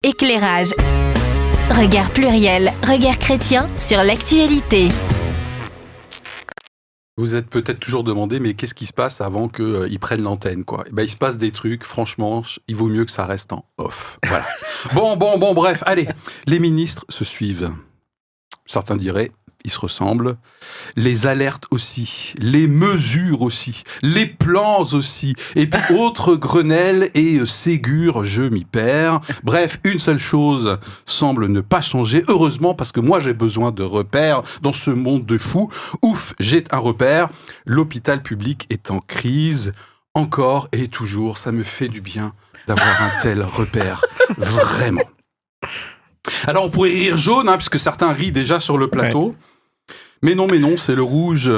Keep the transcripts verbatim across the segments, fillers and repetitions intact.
Éclairage. Regard pluriel, regard chrétien sur l'actualité. Vous êtes peut-être toujours demandé, mais qu'est-ce qui se passe avant qu'ils euh, prennent l'antenne, quoi ? Eh ben, il se passe des trucs, franchement, il vaut mieux que ça reste en off. Voilà. bon, bon, bon, bref, allez. Les ministres se suivent. Certains diraient, ils se ressemblent. Les alertes aussi, les mesures aussi, les plans aussi, et puis autres Grenelle et Ségur, je m'y perds. Bref, une seule chose semble ne pas changer, heureusement, parce que moi j'ai besoin de repères dans ce monde de fous. Ouf, j'ai un repère, l'hôpital public est en crise, encore et toujours, ça me fait du bien d'avoir un tel repère, vraiment. Alors on pourrait rire jaune, hein, puisque certains rient déjà sur le plateau. Ouais. Mais non, mais non, c'est le rouge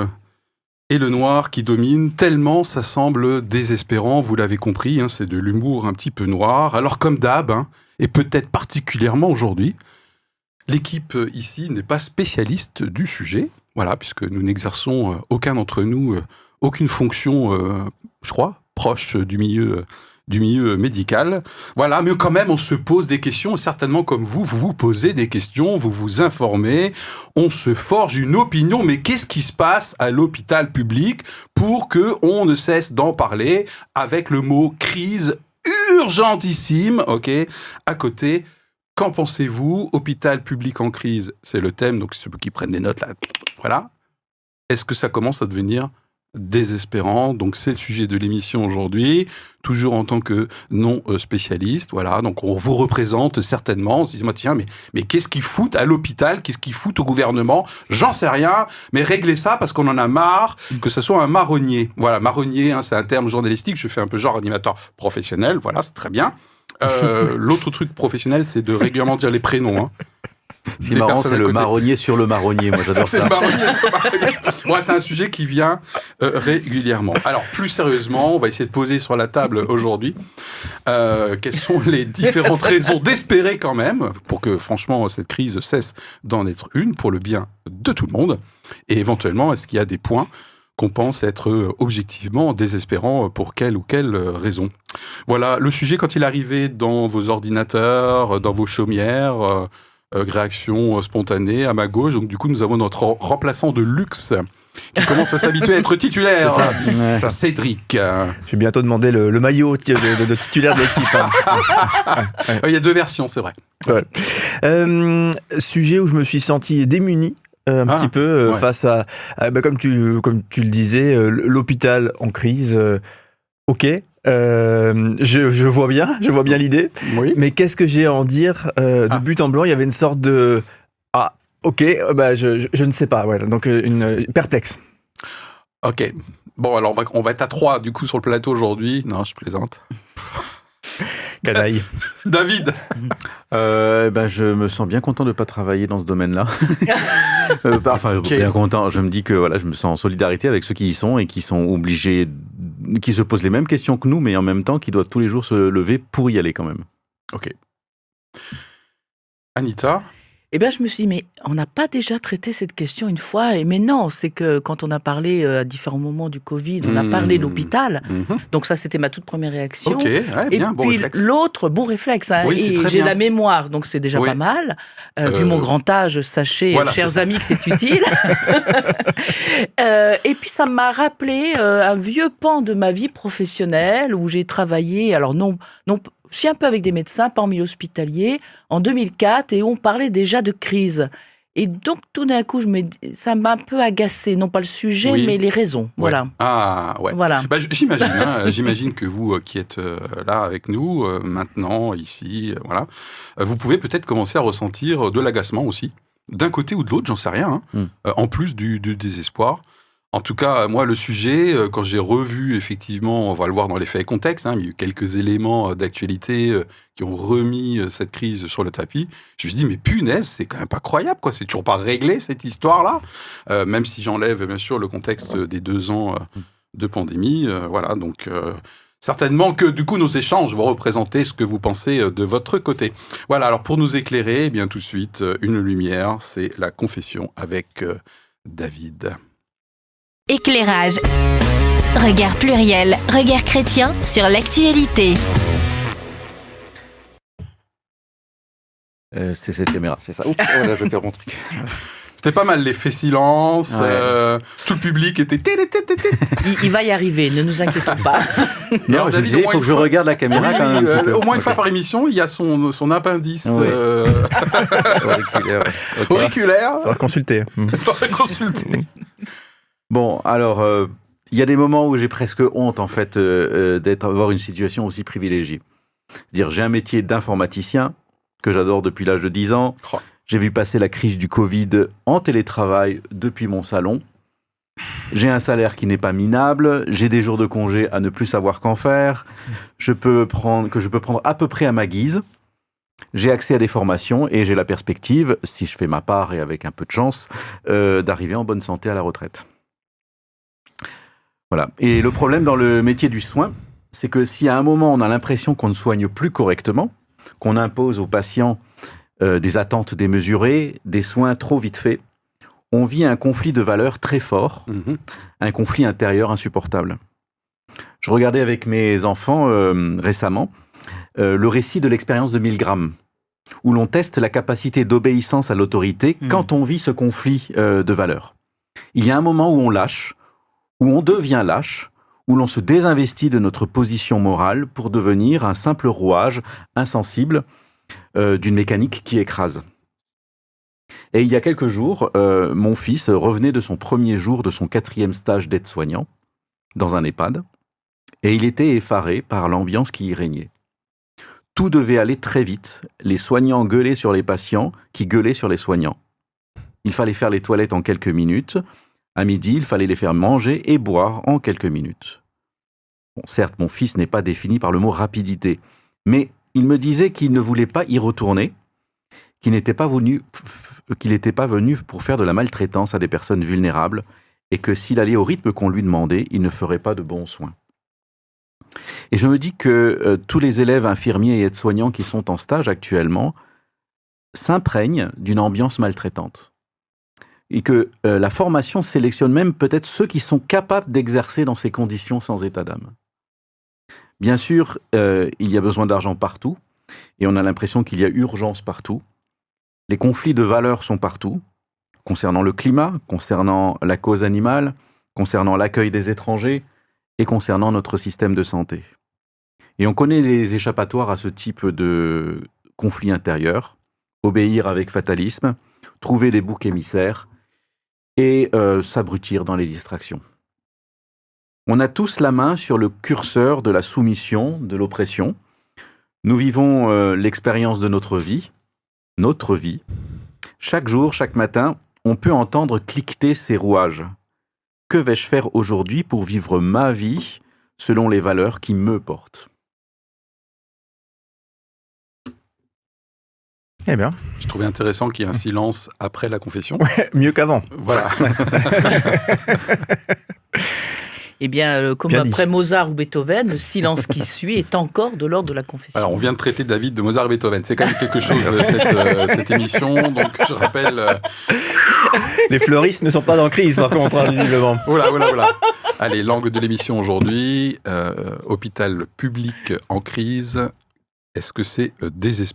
et le noir qui dominent, tellement ça semble désespérant, vous l'avez compris, hein, c'est de l'humour un petit peu noir. Alors comme d'hab, hein, et peut-être particulièrement aujourd'hui, l'équipe ici n'est pas spécialiste du sujet, voilà, puisque nous n'exerçons euh, aucun d'entre nous, euh, aucune fonction, euh, je crois, proche du milieu euh, du milieu médical. Voilà, mais quand même, on se pose des questions, certainement comme vous, vous vous posez des questions, vous vous informez, on se forge une opinion, mais qu'est-ce qui se passe à l'hôpital public pour qu'on ne cesse d'en parler avec le mot crise urgentissime, ok, à côté. Qu'en pensez-vous ? Hôpital public en crise, c'est le thème, donc ceux qui prennent des notes là, voilà. Est-ce que ça commence à devenir désespérant, donc c'est le sujet de l'émission aujourd'hui, toujours en tant que non spécialiste, voilà, donc on vous représente certainement, on se dit, moi tiens, mais, mais qu'est-ce qu'ils foutent à l'hôpital, qu'est-ce qu'ils foutent au gouvernement, j'en sais rien, mais réglez ça parce qu'on en a marre que ce soit un marronnier, voilà, marronnier, hein, c'est un terme journalistique, je fais un peu genre animateur professionnel, voilà, c'est très bien. Euh, l'autre truc professionnel, c'est de régulièrement dire les prénoms, hein. C'est marrant, c'est le marronnier sur le marronnier, moi j'adore c'est ça. C'est le marronnier sur le marronnier. Moi, c'est un sujet qui vient euh, régulièrement. Alors, plus sérieusement, on va essayer de poser sur la table aujourd'hui euh, quelles sont les différentes raisons d'espérer quand même, pour que franchement cette crise cesse d'en être une, pour le bien de tout le monde, et éventuellement, est-ce qu'il y a des points qu'on pense être objectivement désespérants pour quelle ou quelle raison. Voilà, le sujet quand il arrivait dans vos ordinateurs, dans vos chaumières, euh, Euh, réaction spontanée à ma gauche. Donc du coup, nous avons notre remplaçant de luxe qui commence à s'habituer à être titulaire. C'est ça. Ouais. Ça, Cédric. Je vais bientôt demander le, le maillot de, de, de titulaire de l'équipe. Hein. Il y a deux versions, c'est vrai. Ouais. Euh, sujet où je me suis senti démuni. Euh, un ah, petit peu euh, ouais. face à, à bah, comme tu comme tu le disais, euh, l'hôpital en crise. Euh, ok. Euh, je, je vois bien, je vois bien l'idée. Oui. Mais qu'est-ce que j'ai à en dire euh, de ah. but en blanc ? Il y avait une sorte de ah, ok, bah je, je, je ne sais pas. Ouais, donc une, une perplexe. Ok. Bon, alors on va, on va être à trois du coup sur le plateau aujourd'hui. Non, je plaisante. Canaille. David. Euh, bah, je me sens bien content de ne pas travailler dans ce domaine-là. euh, enfin, okay. bien content. Je me dis que voilà, je me sens en solidarité avec ceux qui y sont et qui sont obligés, qui se posent les mêmes questions que nous, mais en même temps qui doivent tous les jours se lever pour y aller quand même. Ok. Anita ? Eh bien, je me suis dit, mais on n'a pas déjà traité cette question une fois ? Et mais non, c'est que quand on a parlé à différents moments du Covid, on a mmh. parlé de l'hôpital. Mmh. Donc ça, c'était ma toute première réaction. Ok, ouais, bien, et bon puis réflexe. l'autre, bon réflexe. Hein, oui, c'est et très j'ai bien. la mémoire, donc c'est déjà oui. pas mal. Euh, euh... Vu mon grand âge, sachez, voilà, chers amis, que c'est utile. euh, et puis ça m'a rappelé euh, un vieux pan de ma vie professionnelle où j'ai travaillé, alors non... non je suis un peu avec des médecins, pas en milieu hospitalier, en deux mille quatre, et on parlait déjà de crise. Et donc, tout d'un coup, je me, ça m'a un peu agacé, non pas le sujet, oui. mais les raisons. Ouais. Voilà. Ah, ouais. Voilà. Bah, j'imagine, hein, j'imagine que vous euh, qui êtes euh, là avec nous, euh, maintenant, ici, euh, voilà, euh, vous pouvez peut-être commencer à ressentir de l'agacement aussi, d'un côté ou de l'autre, j'en sais rien, hein, mm. euh, en plus du, du désespoir. En tout cas, moi, le sujet, quand j'ai revu, effectivement, on va le voir dans les faits et contextes, hein, il y a eu quelques éléments d'actualité qui ont remis cette crise sur le tapis. Je me suis dit, mais punaise, c'est quand même pas croyable, quoi. C'est toujours pas réglé, cette histoire-là. Euh, même si j'enlève, bien sûr, le contexte des deux ans de pandémie. Euh, voilà, donc... Euh, certainement que, du coup, nos échanges vont représenter ce que vous pensez de votre côté. Voilà, alors pour nous éclairer, eh bien, tout de suite, une lumière, c'est la confession avec David. Éclairage. Regard pluriel, regard chrétien sur l'actualité. Euh, c'est cette caméra, c'est ça. Oups, oh là, je perds mon truc. C'était pas mal, l'effet silence, ouais. euh, tout le public était... Il, il va y arriver, ne nous inquiétons pas. Non, je disais, il faut que je regarde la caméra oui, quand même. Euh, au moins une okay. fois par émission, il y a son, son appendice oui. euh... auriculaire. Okay. Auriculaire. Il faudra consulter. Il faudra consulter. Bon, alors, euh, il y a des moments où j'ai presque honte, en fait, euh, d'être, d'avoir une situation aussi privilégiée. C'est-à-dire, j'ai un métier d'informaticien que j'adore depuis l'âge de dix ans. Oh. J'ai vu passer la crise du Covid en télétravail depuis mon salon. J'ai un salaire qui n'est pas minable. J'ai des jours de congé à ne plus savoir qu'en faire. Je peux prendre, que je peux prendre à peu près à ma guise. J'ai accès à des formations et j'ai la perspective, si je fais ma part et avec un peu de chance, euh, d'arriver en bonne santé à la retraite. Voilà. Et le problème dans le métier du soin, c'est que si à un moment on a l'impression qu'on ne soigne plus correctement, qu'on impose aux patients Euh, des attentes démesurées, des soins trop vite faits, on vit un conflit de valeurs très fort, mmh. un conflit intérieur insupportable. Je regardais avec mes enfants euh, récemment euh, le récit de l'expérience de Milgram, où l'on teste la capacité d'obéissance à l'autorité mmh. quand on vit ce conflit euh, de valeurs. Il y a un moment où on lâche, où on devient lâche, où l'on se désinvestit de notre position morale pour devenir un simple rouage insensible Euh, d'une mécanique qui écrase. Et il y a quelques jours, euh, mon fils revenait de son premier jour de son quatrième stage d'aide-soignant dans un EHPAD, et il était effaré par l'ambiance qui y régnait. Tout devait aller très vite, les soignants gueulaient sur les patients qui gueulaient sur les soignants. Il fallait faire les toilettes en quelques minutes, à midi, il fallait les faire manger et boire en quelques minutes. Bon, certes, mon fils n'est pas défini par le mot rapidité, mais il me disait qu'il ne voulait pas y retourner, qu'il n'était pas venu, qu'il n'était pas venu pour faire de la maltraitance à des personnes vulnérables et que s'il allait au rythme qu'on lui demandait, il ne ferait pas de bons soins. Et je me dis que euh, tous les élèves infirmiers et aides-soignants qui sont en stage actuellement s'imprègnent d'une ambiance maltraitante. Et que euh, la formation sélectionne même peut-être ceux qui sont capables d'exercer dans ces conditions sans état d'âme. Bien sûr, euh, il y a besoin d'argent partout, et on a l'impression qu'il y a urgence partout. Les conflits de valeurs sont partout, concernant le climat, concernant la cause animale, concernant l'accueil des étrangers, et concernant notre système de santé. Et on connaît les échappatoires à ce type de conflits intérieurs, obéir avec fatalisme, trouver des boucs émissaires, et euh, s'abrutir dans les distractions. On a tous la main sur le curseur de la soumission, de l'oppression. Nous vivons euh, l'expérience de notre vie, notre vie. Chaque jour, chaque matin, on peut entendre cliqueter ces rouages. Que vais-je faire aujourd'hui pour vivre ma vie selon les valeurs qui me portent ? Eh bien. Je trouvais intéressant qu'il y ait un silence après la confession. Ouais, mieux qu'avant. Voilà. Eh bien, comme bien après dit. Mozart ou Beethoven, le silence qui suit est encore de l'ordre de la confession. Alors, on vient de traiter David de Mozart et Beethoven. C'est quand même quelque chose, cette, euh, cette émission. Donc, je rappelle... Euh... Les fleuristes ne sont pas en crise, par contre, visiblement. Voilà, voilà, voilà. Allez, l'angle de l'émission aujourd'hui, euh, hôpital public en crise. Est-ce que c'est désespérant ?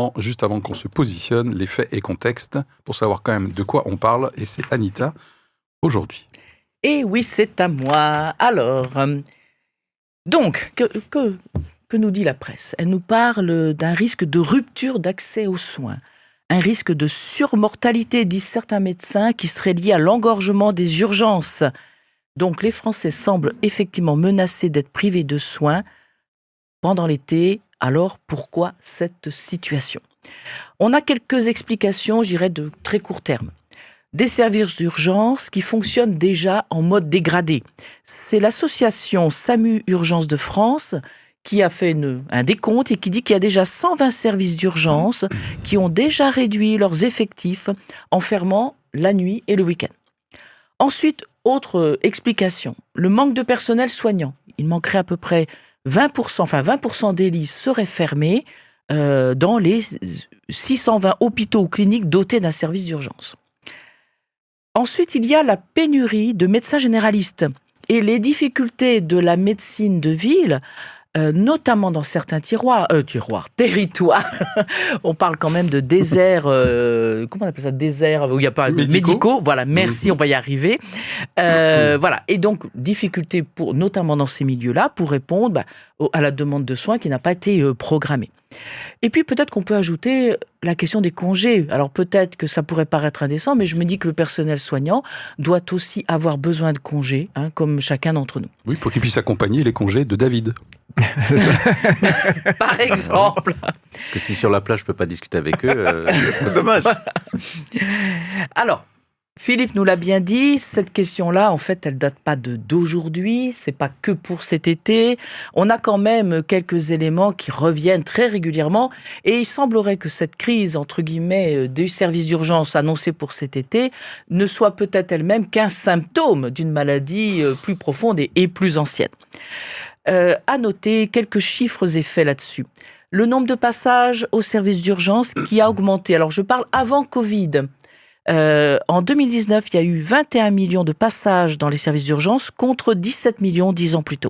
Juste avant qu'on se positionne, les faits et contextes, pour savoir quand même de quoi on parle. Et c'est Anita, aujourd'hui. Et oui, c'est à moi. Alors, euh, donc, que, que, que nous dit la presse ? Elle nous parle d'un risque de rupture d'accès aux soins, un risque de surmortalité, disent certains médecins, qui serait lié à l'engorgement des urgences. Donc, les Français semblent effectivement menacés d'être privés de soins pendant l'été. Alors, pourquoi cette situation ? On a quelques explications, je dirais, de très court terme. Des services d'urgence qui fonctionnent déjà en mode dégradé. C'est l'association SAMU Urgence de France qui a fait une, un décompte et qui dit qu'il y a déjà cent vingt services d'urgence qui ont déjà réduit leurs effectifs en fermant la nuit et le week-end. Ensuite, autre explication, le manque de personnel soignant. Il manquerait à peu près vingt pour cent, enfin vingt pour cent des lits seraient fermés euh, dans les six cent vingt hôpitaux ou cliniques dotés d'un service d'urgence. Ensuite, il y a la pénurie de médecins généralistes et les difficultés de la médecine de ville euh, notamment dans certains tiroirs, euh, tiroirs, territoires. On parle quand même de déserts, euh, comment on appelle ça, déserts où il n'y a pas de médicaux. médicaux. Voilà, merci, mmh. on va y arriver. Euh, mmh. Voilà, et donc difficulté pour, notamment dans ces milieux-là, pour répondre bah, à la demande de soins qui n'a pas été euh, programmée. Et puis peut-être qu'on peut ajouter la question des congés. Alors peut-être que ça pourrait paraître indécent, mais je me dis que le personnel soignant doit aussi avoir besoin de congés, hein, comme chacun d'entre nous. Oui, pour qu'il puisse accompagner les congés de David. C'est ça. Par exemple. Que si sur la plage je peux pas discuter avec eux, euh, c'est dommage. Alors, Philippe nous l'a bien dit, cette question-là, en fait, elle date pas de d'aujourd'hui, c'est pas que pour cet été. On a quand même quelques éléments qui reviennent très régulièrement et il semblerait que cette crise, entre guillemets, des services d'urgence annoncés pour cet été ne soit peut-être elle-même qu'un symptôme d'une maladie plus profonde et, et plus ancienne. Euh, à noter quelques chiffres et faits là-dessus. Le nombre de passages aux services d'urgence qui a augmenté. Alors, je parle avant Covid. Euh, en deux mille dix-neuf, il y a eu vingt et un millions de passages dans les services d'urgence contre dix-sept millions dix ans plus tôt.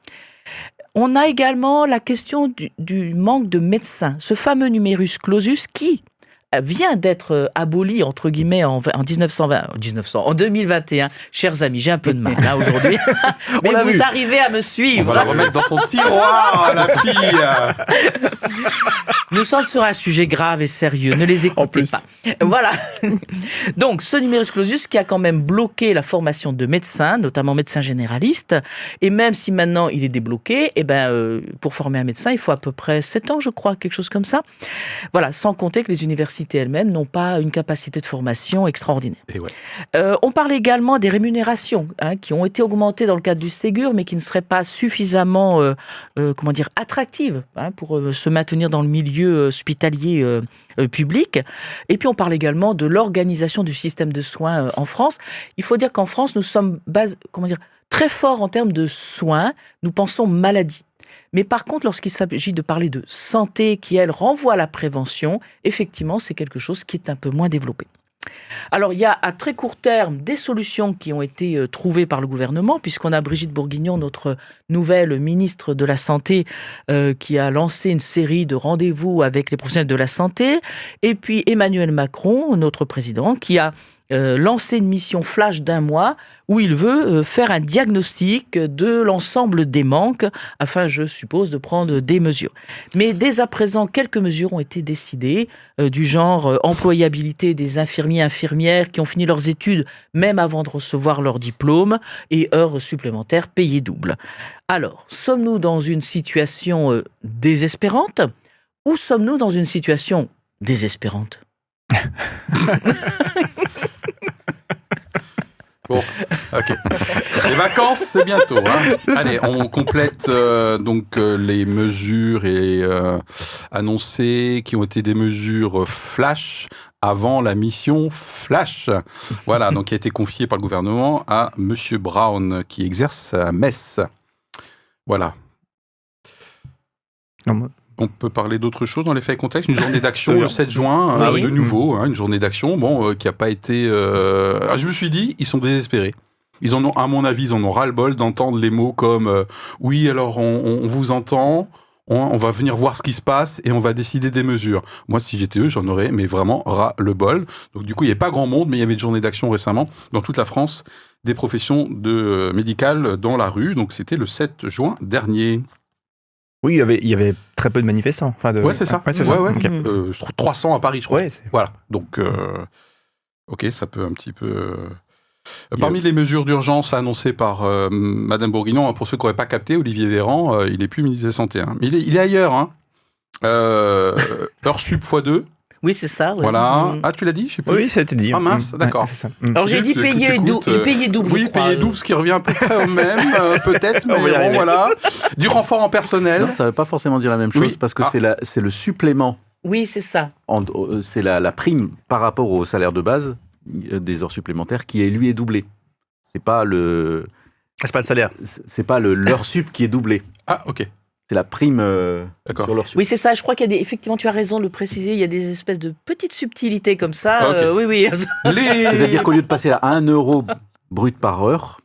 On a également la question du, du manque de médecins, ce fameux numerus clausus qui vient d'être aboli, entre guillemets, en, en dix-neuf cent vingt, dix-neuf cents, en deux mille vingt et un. Chers amis, j'ai un peu de mal hein, aujourd'hui. Mais vous vu. arrivez à me suivre. On va la remettre dans son tiroir, la fille. Nous sommes sur un sujet grave et sérieux. Ne les écoutez pas. Voilà. Donc, ce numerus clausus qui a quand même bloqué la formation de médecins, notamment médecins généralistes. Et même si maintenant il est débloqué, eh ben, euh, pour former un médecin, il faut à peu près sept ans, je crois, quelque chose comme ça. Voilà, sans compter que les universités elles-mêmes n'ont pas une capacité de formation extraordinaire. Et ouais. euh, on parle également des rémunérations hein, qui ont été augmentées dans le cadre du Ségur, mais qui ne seraient pas suffisamment euh, euh, comment dire, attractives hein, pour euh, se maintenir dans le milieu hospitalier euh, euh, public. Et puis on parle également de l'organisation du système de soins euh, en France. Il faut dire qu'en France, nous sommes base, comment dire, très forts en termes de soins. Nous pensons maladie. Mais par contre, lorsqu'il s'agit de parler de santé qui, elle, renvoie à la prévention, effectivement, c'est quelque chose qui est un peu moins développé. Alors, il y a à très court terme des solutions qui ont été euh, trouvées par le gouvernement, puisqu'on a Brigitte Bourguignon, notre nouvelle ministre de la Santé, euh, qui a lancé une série de rendez-vous avec les professionnels de la santé, et puis Emmanuel Macron, notre président, qui a Euh, lancer une mission flash d'un mois où il veut euh, faire un diagnostic de l'ensemble des manques afin, je suppose, de prendre des mesures. Mais dès à présent, quelques mesures ont été décidées euh, du genre euh, employabilité des infirmiers infirmières qui ont fini leurs études même avant de recevoir leur diplôme et heures supplémentaires payées double. Alors, sommes-nous dans une situation euh, désespérante ou sommes-nous dans une situation désespérante ? Bon, ok. Les vacances, c'est bientôt. Hein. Allez, on complète euh, donc euh, les mesures et euh, annoncées qui ont été des mesures flash avant la mission flash. Voilà, donc qui a été confiée par le gouvernement à Monsieur Brown, qui exerce à Metz. Voilà. Non, moi... On peut parler d'autre chose dans les faits et contextes. Une journée d'action le sept juin, euh, oui. de nouveau, hein, une journée d'action, bon, euh, qui n'a pas été... Euh... Alors, je me suis dit, ils sont désespérés. Ils en ont, à mon avis, ils en ont ras-le-bol d'entendre les mots comme euh, « Oui, alors on, on vous entend, on, on va venir voir ce qui se passe et on va décider des mesures. » Moi, si j'étais eux, j'en aurais, mais vraiment ras-le-bol. Donc du coup, il n'y avait pas grand monde, mais il y avait une journée d'action récemment dans toute la France, des professions de, euh, médicales dans la rue. Donc c'était le sept juin dernier. Oui, il y avait, il y avait très peu de manifestants. Enfin de... Ouais, c'est ça. Ouais, c'est ouais, ça. ouais. Okay. Euh, je trouve trois cents à Paris, je crois. Ouais, c'est... Voilà. Donc, euh, ok, ça peut un petit peu... Euh... Parmi les mesures d'urgence annoncées par euh, Madame Bourguignon, pour ceux qui n'auraient pas capté, Olivier Véran, euh, il n'est plus ministre de la Santé. Hein. Il, est, il est ailleurs. Hein. Euh, heure sup fois deux. Oui, c'est ça. Ouais. Voilà. Mmh. Ah, tu l'as dit, je sais plus. Oui, ça a été dit. Ah mince, mmh. d'accord. Ouais, c'est ça. Mmh. Alors j'ai dit payer double. J'ai payé double. Oui, payer double, ce qui revient à peu près au même, euh, peut-être, mais bon, voilà. Du renfort en personnel. Non, ça ne veut pas forcément dire la même chose, oui. parce que ah. c'est, la, c'est le supplément. Oui, c'est ça. En, c'est la, la prime par rapport au salaire de base des heures supplémentaires qui, lui, est doublée. C'est pas le... C'est pas le salaire. C'est pas le, l'heure sup qui est doublée. Ah, ok. C'est la prime euh, D'accord. sur leur sup. Oui, c'est ça. Je crois qu'il y a des... Effectivement, tu as raison de le préciser. Il y a des espèces de petites subtilités comme ça. Okay. Euh, oui, oui. Les... C'est-à-dire qu'au lieu de passer à un euro brut par heure,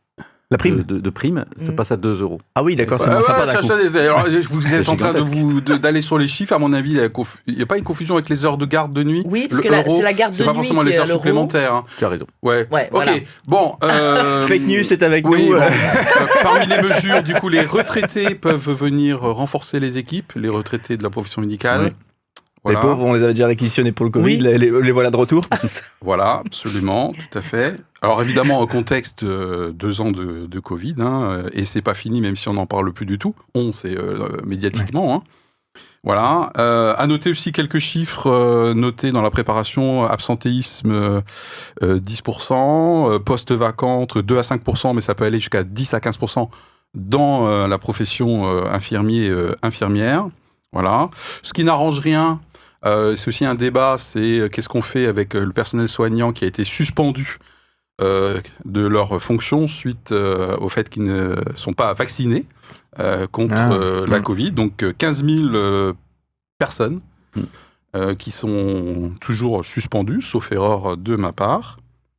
La prime de, de, de prime, ça mmh. passe à deux euros. Ah oui, d'accord, c'est euh, moins sympa ouais, d'un coup. Ça, alors, vous êtes en train de vous, de, d'aller sur les chiffres, à mon avis, il n'y a pas une confusion avec les heures de garde de nuit. Oui, parce le que la, c'est la garde de nuit. C'est pas forcément les heures supplémentaires. Hein. Tu as raison. Ouais, ouais ok. Voilà. Bon. Euh, Fake news, c'est avec oui, nous. Bon, euh, parmi les mesures, du coup, les retraités peuvent venir renforcer les équipes, les retraités de la profession médicale. Oui. Voilà. Les pauvres, on les avait déjà réquisitionnés pour le Covid, oui. les, les, les voilà de retour. Voilà, absolument, tout à fait. Alors évidemment, au contexte euh, deux ans de, de Covid, hein, et c'est pas fini, même si on n'en parle plus du tout. On, c'est euh, médiatiquement. Ouais. Hein. Voilà. Euh, à noter aussi quelques chiffres euh, notés dans la préparation. Absentéisme, euh, dix pour cent. Euh, postes vacants, entre deux à cinq pour cent, mais ça peut aller jusqu'à dix à quinze pour cent dans euh, la profession euh, infirmier-infirmière. Euh, voilà. Ce qui n'arrange rien. Euh, c'est aussi un débat, c'est euh, qu'est-ce qu'on fait avec euh, le personnel soignant qui a été suspendu euh, de leur fonction suite euh, au fait qu'ils ne sont pas vaccinés euh, contre ah, euh, la mmh. Covid. Donc quinze mille euh, personnes mmh. euh, qui sont toujours suspendues, sauf erreur de ma part.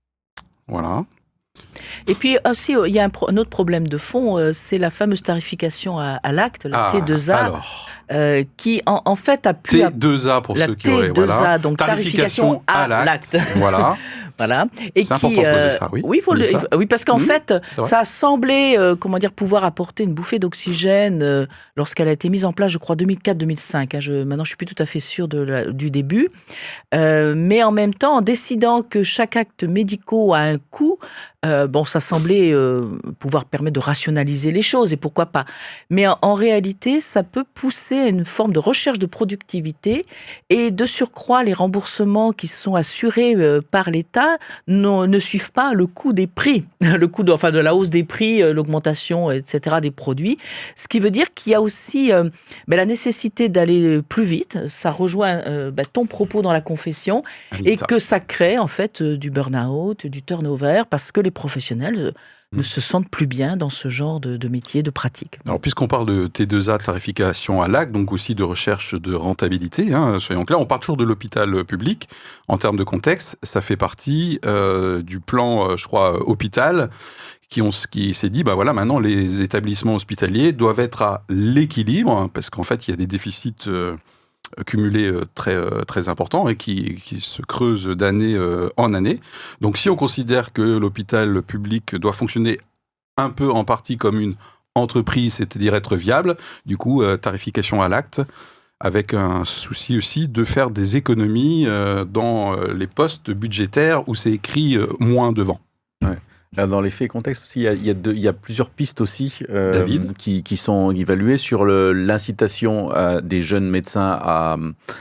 Voilà. Et puis aussi, il y a un, pro- un autre problème de fond, euh, c'est la fameuse tarification à, à l'acte, la ah, T deux A, euh, qui en, en fait a pu... T deux A pour la ceux qui auraient... T deux A, voilà. donc tarification, tarification à, à l'acte. l'acte. Voilà. Voilà. Et c'est qui, important de euh, poser ça, oui. Oui, faut le, oui parce qu'en mmh, fait, ça a semblé euh, comment dire, pouvoir apporter une bouffée d'oxygène euh, lorsqu'elle a été mise en place, je crois, deux mille quatre deux mille cinq. Hein, je, maintenant, je ne suis plus tout à fait sûre de la, du début. Euh, mais en même temps, en décidant que chaque acte médical a un coût, euh, bon, ça semblait euh, pouvoir permettre de rationaliser les choses, et pourquoi pas. Mais en, en réalité, ça peut pousser à une forme de recherche de productivité, et de surcroît, les remboursements qui sont assurés euh, par l'État Non, ne suivent pas le coût des prix, le coût de, enfin de la hausse des prix, l'augmentation, et cetera des produits. Ce qui veut dire qu'il y a aussi euh, ben, la nécessité d'aller plus vite. Ça rejoint euh, ben, ton propos dans la confession, et que ça crée en fait euh, du burn-out, du turnover, parce que les professionnels euh, mmh. ne se sentent plus bien dans ce genre de, de métier, de pratique. Alors puisqu'on parle de T deux A, tarification à l'acte, donc aussi de recherche de rentabilité, hein, soyons clairs, on parle toujours de l'hôpital public. En termes de contexte, ça fait partie euh, du plan, euh, je crois, euh, hôpital, qui, ont, qui s'est dit, bah voilà, maintenant les établissements hospitaliers doivent être à l'équilibre, hein, parce qu'en fait, il y a des déficits euh, cumulés euh, très, euh, très importants et qui, qui se creusent d'année euh, en année. Donc si on considère que l'hôpital public doit fonctionner un peu en partie comme une entreprise, c'est-à-dire être viable, du coup, euh, tarification à l'acte, avec un souci aussi de faire des économies euh, dans euh, les postes budgétaires où c'est écrit euh, moins devant. Ouais. Là, dans les faits et contextes aussi, il y a, il y a, deux, il y a plusieurs pistes aussi euh, David. Qui, qui sont évaluées sur le, l'incitation euh, des jeunes médecins à,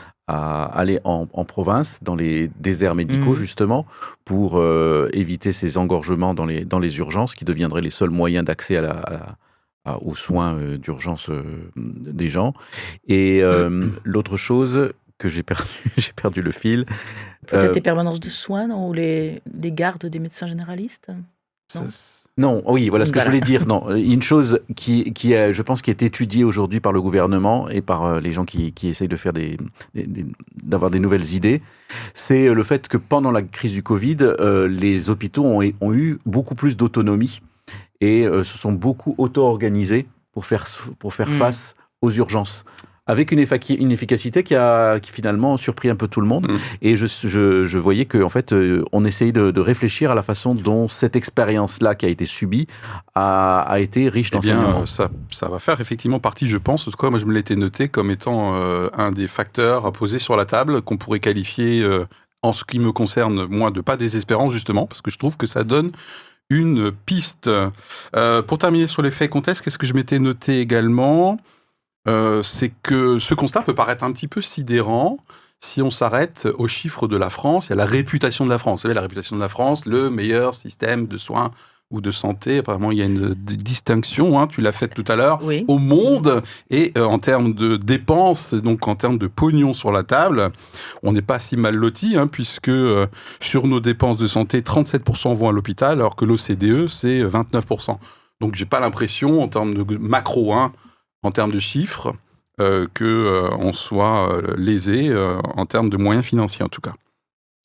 à aller en, en province, dans les déserts médicaux, mmh. justement, pour euh, éviter ces engorgements dans les, dans les urgences, qui deviendraient les seuls moyens d'accès à la, à la aux soins euh, d'urgence euh, des gens. Et euh, l'autre chose que j'ai perdu, j'ai perdu le fil. Peut-être euh, les permanences de soins, non, ou les, les gardes des médecins généralistes. Non, non, oui, voilà ce que voilà. je voulais dire. Non, une chose qui, qui est, je pense, qui est étudiée aujourd'hui par le gouvernement et par les gens qui, qui essayent de faire des, des, des, d'avoir des nouvelles idées, c'est le fait que pendant la crise du Covid, euh, les hôpitaux ont, ont eu beaucoup plus d'autonomie et euh, se sont beaucoup auto-organisés pour faire, pour faire mmh. face aux urgences, avec une, effa- une efficacité qui a qui finalement surpris un peu tout le monde. Mmh. Et je, je, je voyais qu'en fait, euh, on essayait de, de réfléchir à la façon dont cette expérience-là qui a été subie a, a été riche d'enseignements. Eh bien, ça, ça va faire effectivement partie, je pense, en tout cas, moi je me l'étais noté comme étant euh, un des facteurs à poser sur la table, qu'on pourrait qualifier, euh, en ce qui me concerne, moi, de pas désespérant, justement, parce que je trouve que ça donne une piste. Euh, pour terminer sur les faits et contextes, qu'est-ce que je m'étais noté également ? euh, C'est que ce constat peut paraître un petit peu sidérant si on s'arrête aux chiffres de la France et à la réputation de la France. Vous savez, la réputation de la France, le meilleur système de soins ou de santé, apparemment il y a une distinction, hein, tu l'as faite tout à l'heure, oui. au monde, et euh, en termes de dépenses, donc en termes de pognon sur la table, on n'est pas si mal loti, hein, puisque euh, sur nos dépenses de santé, trente-sept pour cent vont à l'hôpital, alors que l'O C D E, c'est vingt-neuf pour cent. Donc j'ai pas l'impression, en termes de macro, hein, en termes de chiffres, euh, qu'on euh, soit euh, lésé euh, en termes de moyens financiers en tout cas.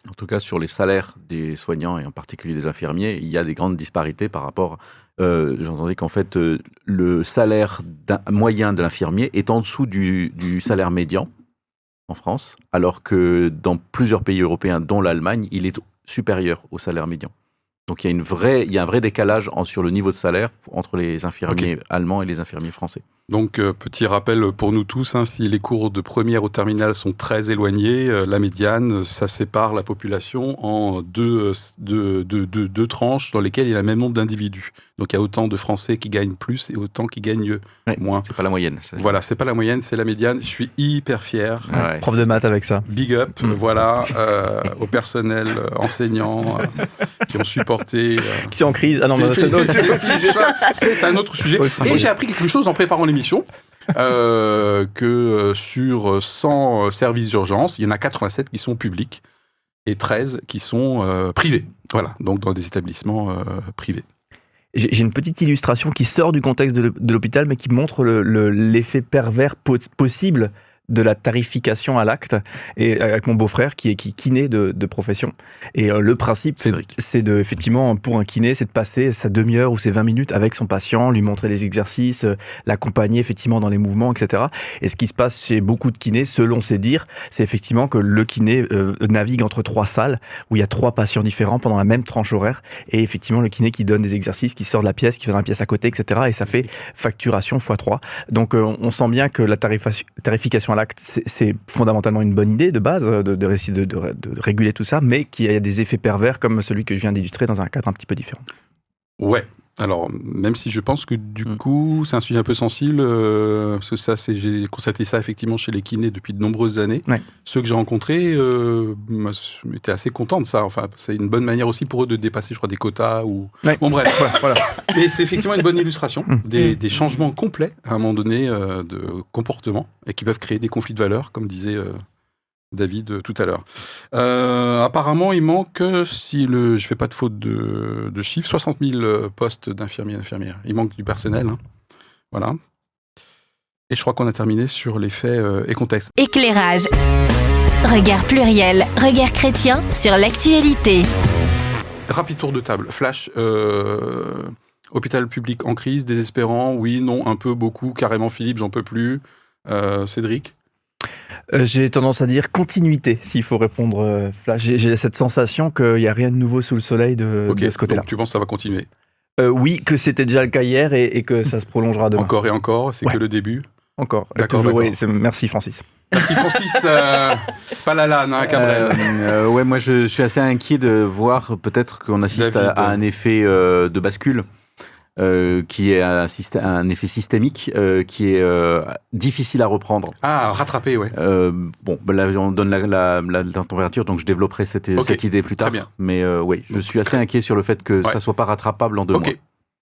En tout cas, sur les salaires des soignants et en particulier des infirmiers, il y a des grandes disparités par rapport... Euh, j'entendais qu'en fait, euh, le salaire d'un, moyen de l'infirmier est en dessous du, du salaire médian en France, alors que dans plusieurs pays européens, dont l'Allemagne, il est supérieur au salaire médian. Donc il y a, une vraie, il y a un vrai décalage en, sur le niveau de salaire entre les infirmiers okay. allemands et les infirmiers français. Donc, euh, petit rappel pour nous tous, hein, si les cours de première au terminal sont très éloignés, euh, la médiane, ça sépare la population en deux, deux, deux, deux, deux tranches dans lesquelles il y a le même nombre d'individus. Donc, il y a autant de Français qui gagnent plus et autant qui gagnent ouais, moins. C'est pas la moyenne. C'est... Voilà, c'est pas la moyenne, c'est la médiane. Je suis hyper fier. Ouais, ouais. Prof de maths avec ça. Big up, mmh. voilà, euh, au personnel euh, enseignant euh, qui ont supporté... Euh... Qui sont en crise. Ah non, mais c'est, autre... c'est un autre sujet. Et j'ai appris quelque chose en préparant l'émission. Euh, que euh, sur cent services d'urgence, il y en a quatre-vingt-sept qui sont publics et treize qui sont euh, privés. Voilà, donc dans des établissements euh, privés. J'ai, j'ai une petite illustration qui sort du contexte de, de l'hôpital, mais qui montre le, le, l'effet pervers po- possible de la tarification à l'acte, et avec mon beau-frère qui est qui kiné de, de profession. Et euh, le principe, Cédric. c'est de, effectivement, pour un kiné, c'est de passer sa demi-heure ou ses vingt minutes avec son patient, lui montrer les exercices, euh, l'accompagner effectivement dans les mouvements, et cetera. Et ce qui se passe chez beaucoup de kinés, selon ses dires, c'est effectivement que le kiné euh, navigue entre trois salles où il y a trois patients différents pendant la même tranche horaire. Et effectivement, le kiné qui donne des exercices, qui sort de la pièce, qui fait dans la pièce à côté, et cetera. Et ça fait facturation fois trois. Donc, euh, on sent bien que la tarifa- tarification à l'acte, c'est, c'est fondamentalement une bonne idée de base, de, de, de, de, de, de réguler tout ça, mais qu'il y a des effets pervers comme celui que je viens d'illustrer dans un cadre un petit peu différent. Ouais. Alors, même si je pense que du mmh. coup, c'est un sujet un peu sensible, euh, parce que ça, c'est, j'ai constaté ça effectivement chez les kinés depuis de nombreuses années. Ouais. Ceux que j'ai rencontrés euh, étaient assez contents de ça. Enfin, c'est une bonne manière aussi pour eux de dépasser, je crois, des quotas ou. Ouais. Bon, bref, voilà, voilà. Mais c'est effectivement une bonne illustration mmh. des, des changements complets à un moment donné euh, de comportement et qui peuvent créer des conflits de valeurs, comme disait. Euh, David euh, tout à l'heure. Euh, apparemment, il manque, si le, je ne fais pas de faute de, de chiffres, soixante mille postes d'infirmiers et d'infirmières. Il manque du personnel. Hein. Voilà. Et je crois qu'on a terminé sur les faits euh, et contextes. Éclairage. Regard pluriel, regard chrétien sur l'actualité. Rapide tour de table. Flash. Euh, hôpital public en crise, désespérant. Oui, non, un peu, beaucoup. Carrément, Philippe, j'en peux plus. Euh, Cédric. Euh, j'ai tendance à dire continuité, s'il faut répondre euh, Flash. J'ai, j'ai cette sensation qu'il n'y a rien de nouveau sous le soleil de, okay, de ce côté-là. Donc tu penses que ça va continuer euh, Oui, que c'était déjà le cas hier et, et que ça se prolongera demain. Encore et encore, c'est ouais. que le début. Encore. D'accord, toujours, d'accord. Oui, c'est, merci Francis. Merci Francis. euh, pas la lane, hein, Cabrel. Euh, euh, ouais, moi je, je suis assez inquiet de voir peut-être qu'on assiste à, à un effet euh, de bascule. Euh, qui est un, système, un effet systémique euh, qui est euh, difficile à reprendre. Ah, rattraper, ouais. Euh, bon, là, on donne la, la, la, la température, donc je développerai cette, okay. cette idée plus tard. Très bien. Mais euh, oui, je suis assez inquiet sur le fait que ouais. ça ne soit pas rattrapable en deux okay. mois.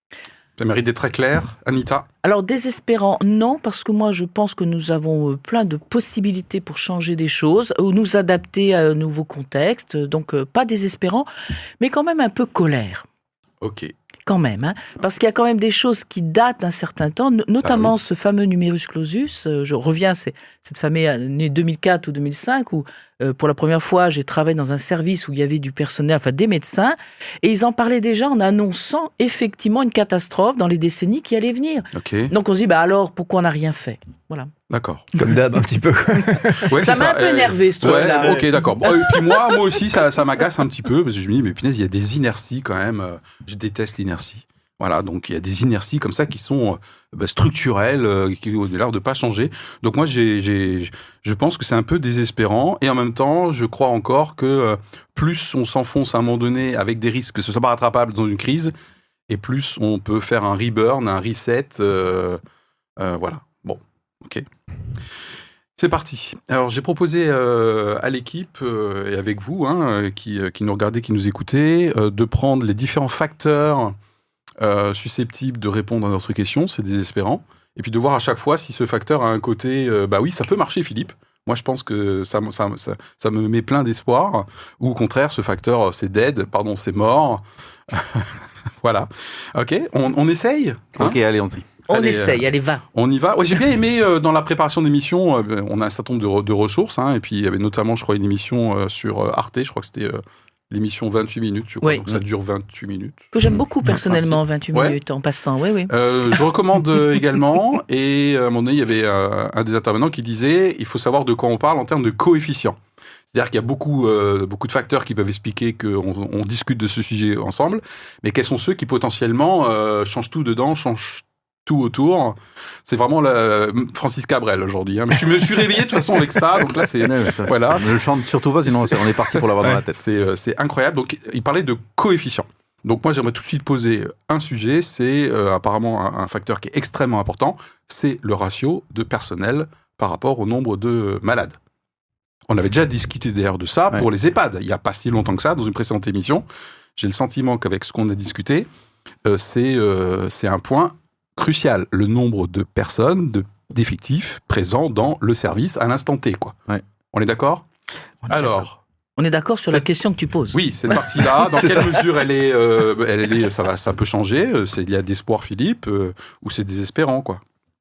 Ça mérite d'être très clair. Anita ? Alors, désespérant, non, parce que moi, je pense que nous avons plein de possibilités pour changer des choses, ou nous adapter à un nouveau contexte. Donc, pas désespérant, mais quand même un peu colère. Ok. Quand même, hein, parce qu'il y a quand même des choses qui datent d'un certain temps, notamment ah oui. ce fameux numerus clausus. Euh, je reviens à cette fameuse année deux mille quatre ou deux mille cinq où, euh, pour la première fois, j'ai travaillé dans un service où il y avait du personnel, enfin des médecins, et ils en parlaient déjà en annonçant effectivement une catastrophe dans les décennies qui allaient venir. Okay. Donc on se dit, bah alors, pourquoi on n'a rien fait ? Voilà. D'accord. Comme d'hab, un petit peu. ouais, ça m'a ça. un peu énervé, ce ouais, truc-là. Ok, d'accord. Bon, et puis moi, moi aussi, ça, ça m'agace un petit peu, parce que je me dis, mais punaise, il y a des inerties quand même. Je déteste l'inertie. Voilà, donc il y a des inerties comme ça qui sont bah, structurelles, euh, qui ont l'air de pas changer. Donc moi, j'ai, j'ai, je pense que c'est un peu désespérant. Et en même temps, je crois encore que euh, plus on s'enfonce à un moment donné avec des risques que ce soit pas rattrapable dans une crise, et plus on peut faire un reburn, un reset. Euh, euh, voilà. Bon, ok. C'est parti. Alors, j'ai proposé euh, à l'équipe euh, et avec vous, hein, qui, qui nous regardez, qui nous écoutez, euh, de prendre les différents facteurs Euh, susceptible de répondre à notre question, c'est désespérant. Et puis de voir à chaque fois si ce facteur a un côté, euh, bah oui, ça peut marcher, Philippe, Moi, je pense que ça, ça, ça, ça me met plein d'espoir. Ou au contraire, ce facteur, c'est dead, pardon, c'est mort. Voilà. Ok, on, on essaye hein. Ok, allez, on y. On Allez, essaye, euh, allez, va. On y va. Ouais, j'ai bien aimé euh, dans la préparation d'émissions, euh, on a un certain nombre de, de ressources. Hein, et puis, il y avait notamment, je crois, une émission euh, sur euh, Arte. Je crois que c'était... Euh, l'émission vingt-huit minutes, je crois, oui. donc ça dure vingt-huit minutes. Que j'aime beaucoup personnellement, vingt-huit ouais. minutes en passant, oui, oui. Euh, je recommande également, et à un moment donné, il y avait euh, un des intervenants qui disait, il faut savoir de quoi on parle en termes de coefficients. C'est-à-dire qu'il y a beaucoup, euh, beaucoup de facteurs qui peuvent expliquer qu'on on discute de ce sujet ensemble, mais quels sont ceux qui potentiellement euh, changent tout dedans, changent tout autour. C'est vraiment la Francis Cabrel aujourd'hui. Hein. Mais je me suis réveillé de toute façon avec ça. Donc là, c'est ouais, ça, voilà. Ne le chante surtout pas, sinon on est parti pour l'avoir ouais, dans la tête. C'est, c'est incroyable. Donc, il parlait de coefficients. Donc moi, j'aimerais tout de suite poser un sujet. C'est euh, apparemment un, un facteur qui est extrêmement important. C'est le ratio de personnel par rapport au nombre de malades. On avait déjà discuté d'ailleurs de ça ouais. pour les EHPAD. Il n'y a pas si longtemps que ça, dans une précédente émission. J'ai le sentiment qu'avec ce qu'on a discuté, euh, c'est, euh, c'est un point crucial, le nombre de personnes, de, d'effectifs présents dans le service à l'instant T. Quoi. Ouais. On est d'accord ? On est Alors, d'accord. On est d'accord sur cette... la question que tu poses. Oui, cette partie-là, dans quelle ça. mesure elle est, euh, elle est, ça va, ça peut changer. C'est, il y a d'espoir, Philippe, euh, ou c'est désespérant, quoi.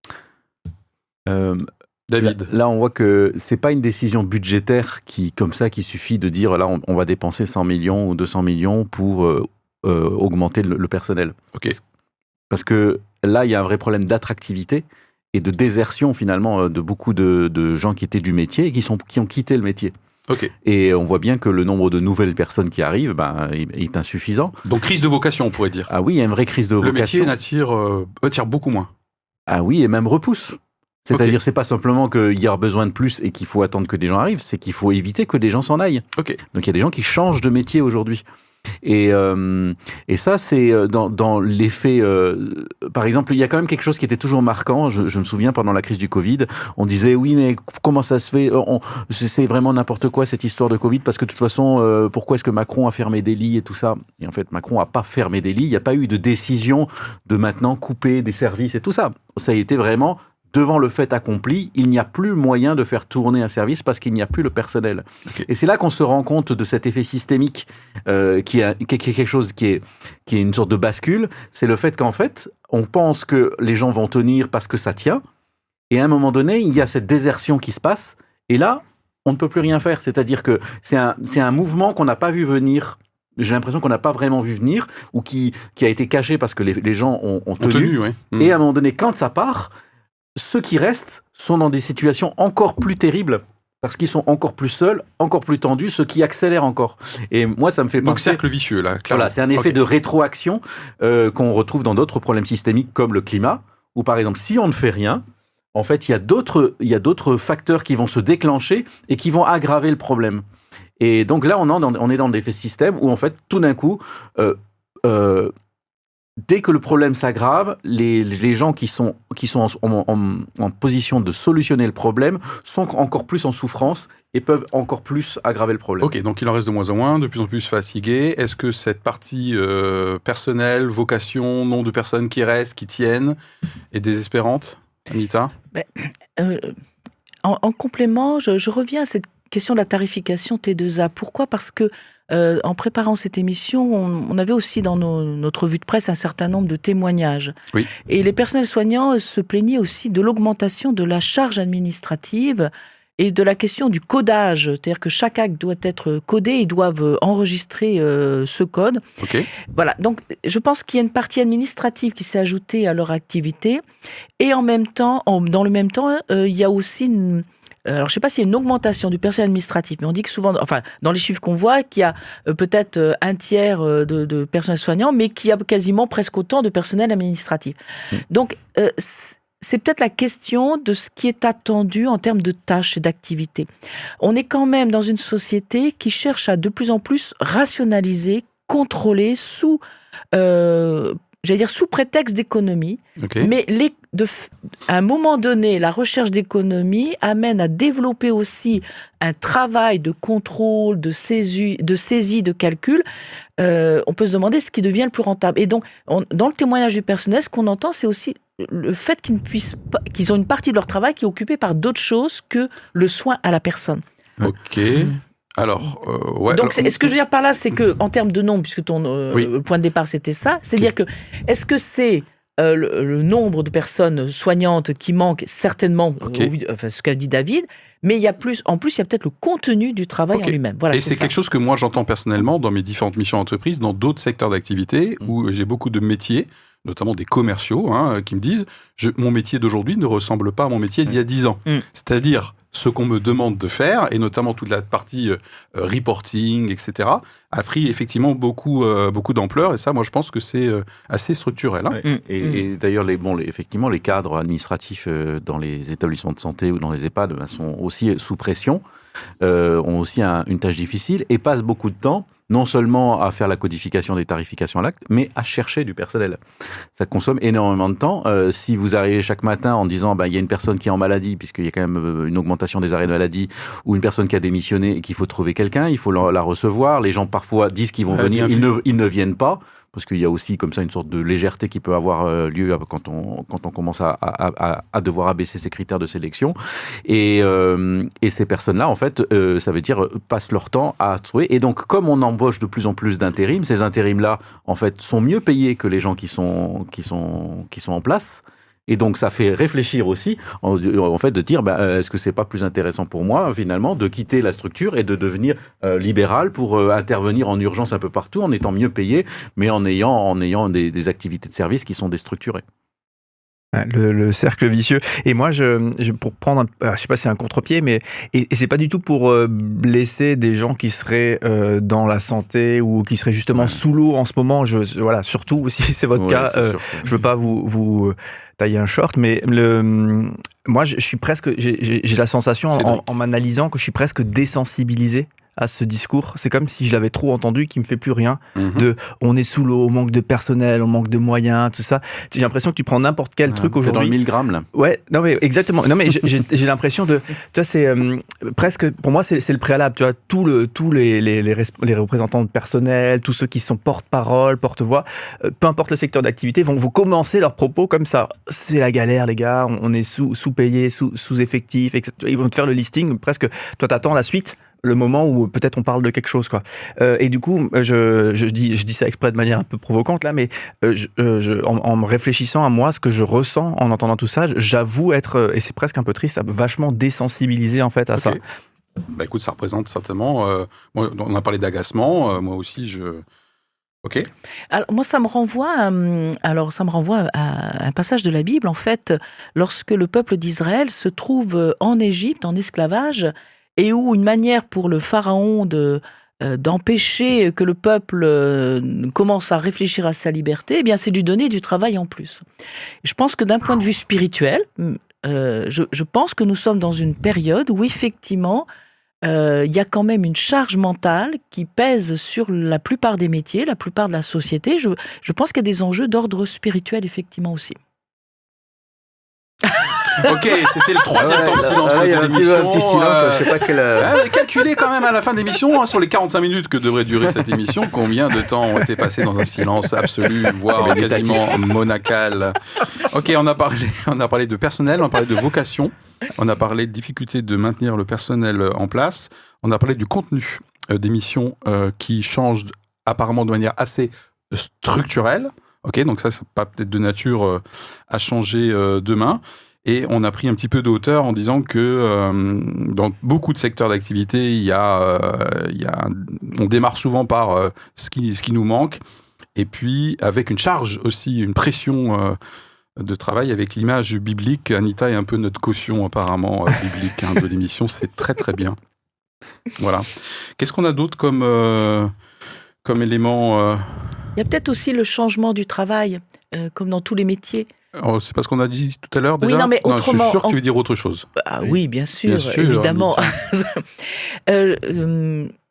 Euh, David. Là, là, on voit que c'est pas une décision budgétaire qui, comme ça, qui suffit de dire là, on, on va dépenser cent millions ou deux cents millions pour euh, euh, augmenter le, le personnel. Ok. Parce que là, il y a un vrai problème d'attractivité et de désertion, finalement, de beaucoup de, de gens qui étaient du métier et qui, sont, qui ont quitté le métier. Okay. Et on voit bien que le nombre de nouvelles personnes qui arrivent ben, est insuffisant. Donc, crise de vocation, on pourrait dire. Ah oui, il y a une vraie crise de le vocation. Le métier attire, euh, attire beaucoup moins. Ah oui, et même repousse. C'est-à-dire, okay. c'est pas simplement qu'il y a besoin de plus et qu'il faut attendre que des gens arrivent, c'est qu'il faut éviter que des gens s'en aillent. Okay. Donc, il y a des gens qui changent de métier aujourd'hui. Et, euh, et ça, c'est dans, dans l'effet... Euh, par exemple, il y a quand même quelque chose qui était toujours marquant. Je, je me souviens, pendant la crise du Covid, on disait, oui, mais comment ça se fait on, c'est vraiment n'importe quoi, cette histoire de Covid, parce que de toute façon, euh, pourquoi est-ce que Macron a fermé des lits et tout ça ? Et en fait, Macron n'a pas fermé des lits. Il n'y a pas eu de décision de maintenant couper des services et tout ça. Ça a été vraiment... devant le fait accompli, il n'y a plus moyen de faire tourner un service parce qu'il n'y a plus le personnel. Okay. Et c'est là qu'on se rend compte de cet effet systémique euh, qui, est, qui est quelque chose qui est, qui est une sorte de bascule. C'est le fait qu'en fait, on pense que les gens vont tenir parce que ça tient. Et à un moment donné, il y a cette désertion qui se passe. Et là, on ne peut plus rien faire. C'est-à-dire que c'est un, c'est un mouvement qu'on n'a pas vu venir. J'ai l'impression qu'on n'a pas vraiment vu venir ou qui, qui a été caché parce que les, les gens ont, ont tenu. tenu ouais. mmh. Et à un moment donné, quand ça part... ceux qui restent sont dans des situations encore plus terribles parce qu'ils sont encore plus seuls, encore plus tendus, ce qui accélère encore. Et moi, ça me fait Donc, penser... cercle vicieux, là, clairement. Voilà, c'est un effet okay. de rétroaction euh, qu'on retrouve dans d'autres problèmes systémiques comme le climat, où par exemple, si on ne fait rien, en fait, il y a d'autres, il y a d'autres facteurs qui vont se déclencher et qui vont aggraver le problème. Et donc là, on est dans, on est dans des faits systèmes où en fait, tout d'un coup... Euh, euh, dès que le problème s'aggrave, les, les gens qui sont, qui sont en, en, en position de solutionner le problème sont encore plus en souffrance et peuvent encore plus aggraver le problème. Ok, donc il en reste de moins en moins, de plus en plus fatigués. Est-ce que cette partie euh, personnelle, vocation, nombre de personnes qui restent, qui tiennent, est désespérante, Anita ? ben, euh, en, en complément, je, je reviens à cette question de la tarification T deux A. Pourquoi ? Parce que Euh, en préparant cette émission, on, on avait aussi dans nos, notre revue de presse un certain nombre de témoignages. Oui. Et les personnels soignants se plaignaient aussi de l'augmentation de la charge administrative et de la question du codage. C'est-à-dire que chaque acte doit être codé, ils doivent enregistrer euh, ce code. Okay. Voilà. Donc, je pense qu'il y a une partie administrative qui s'est ajoutée à leur activité. Et en même temps, en, dans le même temps, euh, il y a aussi une... Alors, je ne sais pas s'il y a une augmentation du personnel administratif, mais on dit que souvent, enfin, dans les chiffres qu'on voit, qu'il y a euh, peut-être euh, un tiers euh, de, de personnel soignant, mais qu'il y a quasiment presque autant de personnel administratif. Mmh. Donc, euh, c'est peut-être la question de ce qui est attendu en termes de tâches et d'activités. On est quand même dans une société qui cherche à de plus en plus rationaliser, contrôler sous... Euh, j'allais dire sous prétexte d'économie, okay. mais les, de, à un moment donné, la recherche d'économie amène à développer aussi un travail de contrôle, de saisie, de, saisie, de calcul. Euh, on peut se demander ce qui devient le plus rentable. Et donc, on, dans le témoignage du personnel, ce qu'on entend, c'est aussi le fait qu'ils ne puissent pas, qu'ils ont une partie de leur travail qui est occupée par d'autres choses que le soin à la personne. Ok. Alors, euh, ouais. Donc, c'est, ce que je veux dire par là, c'est que en termes de nombre, puisque ton euh, oui. point de départ c'était ça, c'est-à-dire okay. que est-ce que c'est euh, le, le nombre de personnes soignantes qui manquent certainement, okay. au vu de, enfin, ce qu'a dit David, mais il y a plus, en plus, il y a peut-être le contenu du travail okay. en lui-même. Voilà, et c'est, c'est ça. quelque chose que moi j'entends personnellement dans mes différentes missions d'entreprise, dans d'autres secteurs d'activité mmh. où j'ai beaucoup de métiers, notamment des commerciaux, hein, qui me disent je, mon métier d'aujourd'hui ne ressemble pas à mon métier d'il y a dix ans. Mmh. C'est-à-dire ce qu'on me demande de faire, et notamment toute la partie euh, reporting, et cetera, a pris effectivement beaucoup, euh, beaucoup d'ampleur, et ça, moi, je pense que c'est euh, assez structurel. Hein. Ouais. Mmh. Et, mmh. et d'ailleurs, les, bon, les, effectivement, les cadres administratifs euh, dans les établissements de santé ou dans les EHPAD ben, sont aussi sous pression, euh, ont aussi un, une tâche difficile, et passent beaucoup de temps non seulement à faire la codification des tarifications à l'acte, mais à chercher du personnel. Ça consomme énormément de temps. Euh, si vous arrivez chaque matin en disant bah, il y a une personne qui est en maladie, puisqu'il y a quand même une augmentation des arrêts de maladie, ou une personne qui a démissionné et qu'il faut trouver quelqu'un, il faut la, la recevoir. Les gens parfois disent qu'ils vont ouais, venir, ils ne, ils ne viennent pas. Parce qu'il y a aussi comme ça une sorte de légèreté qui peut avoir lieu quand on, quand on commence à, à, à devoir abaisser ses critères de sélection. Et, euh, et ces personnes-là, en fait, euh, ça veut dire passent leur temps à trouver. Et donc, comme on embauche de plus en plus d'intérims, ces intérims-là, en fait, sont mieux payés que les gens qui sont, qui sont, qui sont en place. Et donc, ça fait réfléchir aussi, en, en fait, de dire, ben, est-ce que c'est pas plus intéressant pour moi, finalement, de quitter la structure et de devenir euh, libéral pour euh, intervenir en urgence un peu partout, en étant mieux payé, mais en ayant, en ayant des, des activités de service qui sont déstructurées. Le, le cercle vicieux. Et moi, je, je pour prendre, un, je sais pas si c'est un contre-pied, mais et, et c'est pas du tout pour euh, blesser des gens qui seraient euh, dans la santé ou qui seraient justement ouais. sous l'eau en ce moment. Je, voilà, surtout si c'est votre ouais, cas, c'est euh, je veux pas vous, vous tailler un short, mais le, moi, je, je suis presque, j'ai, j'ai, j'ai la sensation en, en m'analysant que je suis presque désensibilisé à ce discours. C'est comme si je l'avais trop entendu, qui me fait plus rien. Mmh. De on est sous l'eau, on manque de personnel, on manque de moyens, tout ça. J'ai l'impression que tu prends n'importe quel ah, truc aujourd'hui. Dans le mille grammes là. Ouais, non mais exactement. Non mais j'ai, j'ai l'impression de, tu vois, c'est euh, presque pour moi c'est, c'est le préalable. Tu vois, tout le, tous les les, les les représentants de personnel, tous ceux qui sont porte-parole, porte-voix, euh, peu importe le secteur d'activité, vont vous commencer leurs propos comme ça. C'est la galère les gars, on, on est sous sous-payé, sous sous-effectif, et cetera. Ils vont te faire le listing presque. Toi t'attends la suite. Le moment où peut-être on parle de quelque chose, quoi. Euh, et du coup, je, je dis, je dis ça exprès de manière un peu provocante là, mais euh, je, je, en, en me réfléchissant à moi, ce que je ressens en entendant tout ça, j'avoue être, et c'est presque un peu triste, vachement désensibilisé en fait à okay. ça. Bah écoute, ça représente certainement. Euh, on a parlé d'agacement, euh, moi aussi je. Ok. Alors moi, ça me renvoie, à, alors ça me renvoie à un passage de la Bible. En fait, lorsque le peuple d'Israël se trouve en Égypte en esclavage. Et où une manière pour le pharaon de, euh, d'empêcher que le peuple euh, commence à réfléchir à sa liberté, eh bien, c'est de lui donner du travail en plus. Je pense que d'un point de vue spirituel, euh, je, je pense que nous sommes dans une période où effectivement, euh, il y a quand même une charge mentale qui pèse sur la plupart des métiers, la plupart de la société. Je, je pense qu'il y a des enjeux d'ordre spirituel effectivement aussi. Ok, c'était le troisième ouais, temps de silence là, de l'émission. Il y a un petit silence, euh, je sais pas quel... Euh, calculez quand même à la fin de l'émission, hein, sur les quarante-cinq minutes que devrait durer cette émission, combien de temps ont été passés dans un silence absolu, voire quasiment monacal. Ok, on a parlé, on a parlé de personnel, on a parlé de vocation, on a parlé de difficulté de maintenir le personnel en place, on a parlé du contenu euh, d'émissions euh, qui change apparemment de manière assez structurelle. Ok, donc ça, c'est pas peut-être de nature euh, à changer euh, demain. Et on a pris un petit peu de hauteur en disant que euh, dans beaucoup de secteurs d'activité, il y a, euh, il y a, on démarre souvent par euh, ce qui, ce qui nous manque, et puis avec une charge aussi, une pression euh, de travail avec l'image biblique. Anita est un peu notre caution apparemment euh, biblique hein, de l'émission, c'est très très bien. Voilà. Qu'est-ce qu'on a d'autre comme euh, comme élément euh... Il y a peut-être aussi le changement du travail, euh, comme dans tous les métiers. Oh, c'est pas ce qu'on a dit tout à l'heure déjà ? Oui, non, mais non, autrement, je suis sûr que en... tu veux dire autre chose. Ah oui, bien sûr, bien sûr évidemment. euh, euh,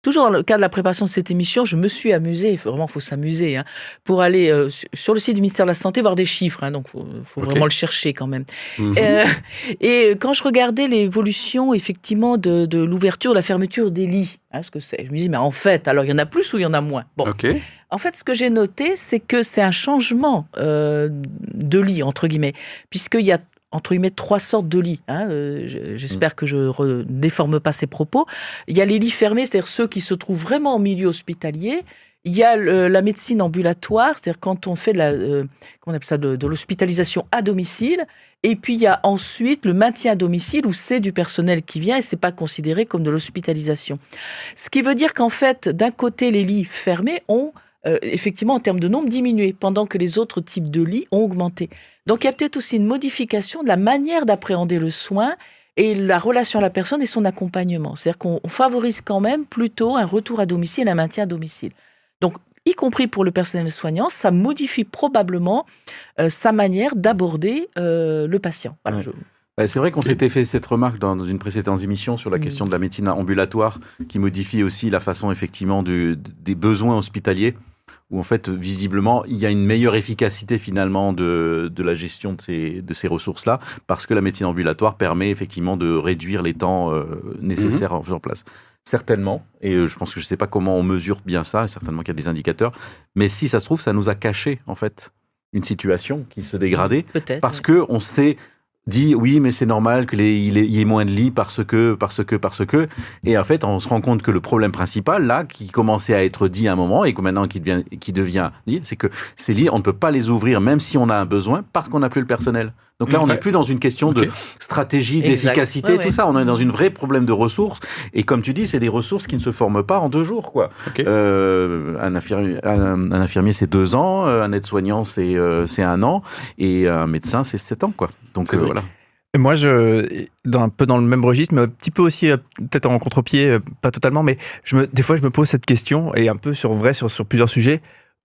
toujours dans le cadre de la préparation de cette émission, je me suis amusée, vraiment, il faut s'amuser, hein, pour aller euh, sur le site du ministère de la Santé voir des chiffres, hein, donc il faut, faut okay. vraiment le chercher quand même. Mmh. Euh, et quand je regardais l'évolution, effectivement, de, de l'ouverture, de la fermeture des lits, hein, ce que c'est, je me dis, mais en fait, alors il y en a plus ou il y en a moins? Bon. Okay. En fait, ce que j'ai noté, c'est que c'est un changement euh, de lit, entre guillemets, puisqu'il y a entre guillemets, trois sortes de lits. Hein. Euh, j'espère mmh. que je ne déforme pas ces propos. Il y a les lits fermés, c'est-à-dire ceux qui se trouvent vraiment en milieu hospitalier. Il y a le, la médecine ambulatoire, c'est-à-dire quand on fait de la, euh, comment on appelle ça, de, de l'hospitalisation à domicile. Et puis, il y a ensuite le maintien à domicile où c'est du personnel qui vient et ce n'est pas considéré comme de l'hospitalisation. Ce qui veut dire qu'en fait, d'un côté, les lits fermés ont, euh, effectivement, en termes de nombre, diminué, pendant que les autres types de lits ont augmenté. Donc, il y a peut-être aussi une modification de la manière d'appréhender le soin et la relation à la personne et son accompagnement. C'est-à-dire qu'on favorise quand même plutôt un retour à domicile, un maintien à domicile. Donc, y compris pour le personnel soignant, ça modifie probablement euh, sa manière d'aborder euh, le patient. Voilà, ouais. je... C'est vrai qu'on s'était fait cette remarque dans une précédente émission sur la question de la médecine ambulatoire qui modifie aussi la façon effectivement du, des besoins hospitaliers. Où en fait, visiblement, il y a une meilleure efficacité finalement de, de la gestion de ces, de ces ressources-là, parce que la médecine ambulatoire permet effectivement de réduire les temps euh, nécessaires mmh. en faisant place. Certainement, et je pense que je ne sais pas comment on mesure bien ça, certainement qu'il y a des indicateurs, mais si ça se trouve, ça nous a caché en fait une situation qui se dégradait, Peut-être, parce oui. qu'on s'est dit oui, mais c'est normal qu'il y ait moins de lits parce que, parce que, parce que. Et en fait, on se rend compte que le problème principal, là, qui commençait à être dit à un moment et que maintenant qui devient, qui devient dit, c'est que ces lits, on ne peut pas les ouvrir même si on a un besoin parce qu'on n'a plus le personnel. Donc là, on n'est plus dans une question okay. de stratégie, exact. d'efficacité, ouais, tout ouais. ça. On est dans un vrai problème de ressources. Et comme tu dis, c'est des ressources qui ne se forment pas en deux jours, quoi. Okay. Euh, un, infirmier, un, un infirmier, c'est deux ans. Un aide-soignant, c'est, euh, c'est un an. Et un médecin, c'est sept ans, quoi. Donc euh, voilà. Et moi, je, dans, un peu dans le même registre, mais un petit peu aussi, peut-être en contre-pied, pas totalement, mais je me, des fois, je me pose cette question, et un peu sur vrai, sur, sur plusieurs sujets.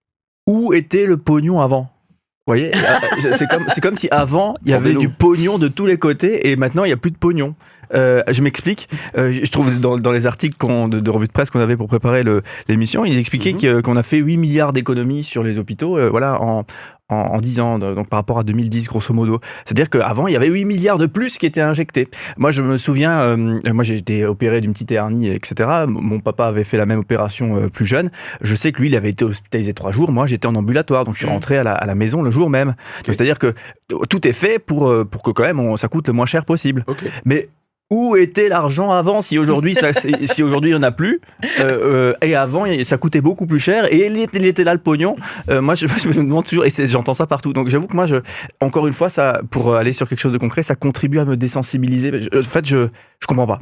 Où était le pognon avant ? Vous voyez, c'est comme, c'est comme si avant, il y avait du pognon de tous les côtés et maintenant, il n'y a plus de pognon. Euh, je m'explique. Euh, je trouve dans, dans les articles qu'on, de, de revue de presse qu'on avait pour préparer le, l'émission, ils expliquaient mm-hmm. qu'on a fait huit milliards d'économies sur les hôpitaux euh, voilà, en, en, en dix ans, donc par rapport à deux mille dix, grosso modo. C'est-à-dire qu'avant, il y avait huit milliards de plus qui étaient injectés. Moi, je me souviens, euh, moi j'ai été opéré d'une petite hernie, et cetera. Mon papa avait fait la même opération euh, plus jeune. Je sais que lui, il avait été hospitalisé trois jours. Moi, j'étais en ambulatoire, donc je suis rentré à la, à la maison le jour même. Okay. Donc, c'est-à-dire que tout est fait pour, pour que quand même on, ça coûte le moins cher possible. Okay. Mais où était l'argent avant si aujourd'hui ça, si aujourd'hui il n'y en a plus euh, euh, et avant ça coûtait beaucoup plus cher et il était, il était là le pognon euh, moi je, je me demande toujours et c'est, j'entends ça partout donc j'avoue que moi je, encore une fois ça, pour aller sur quelque chose de concret ça contribue à me désensibiliser je, en fait je je comprends pas.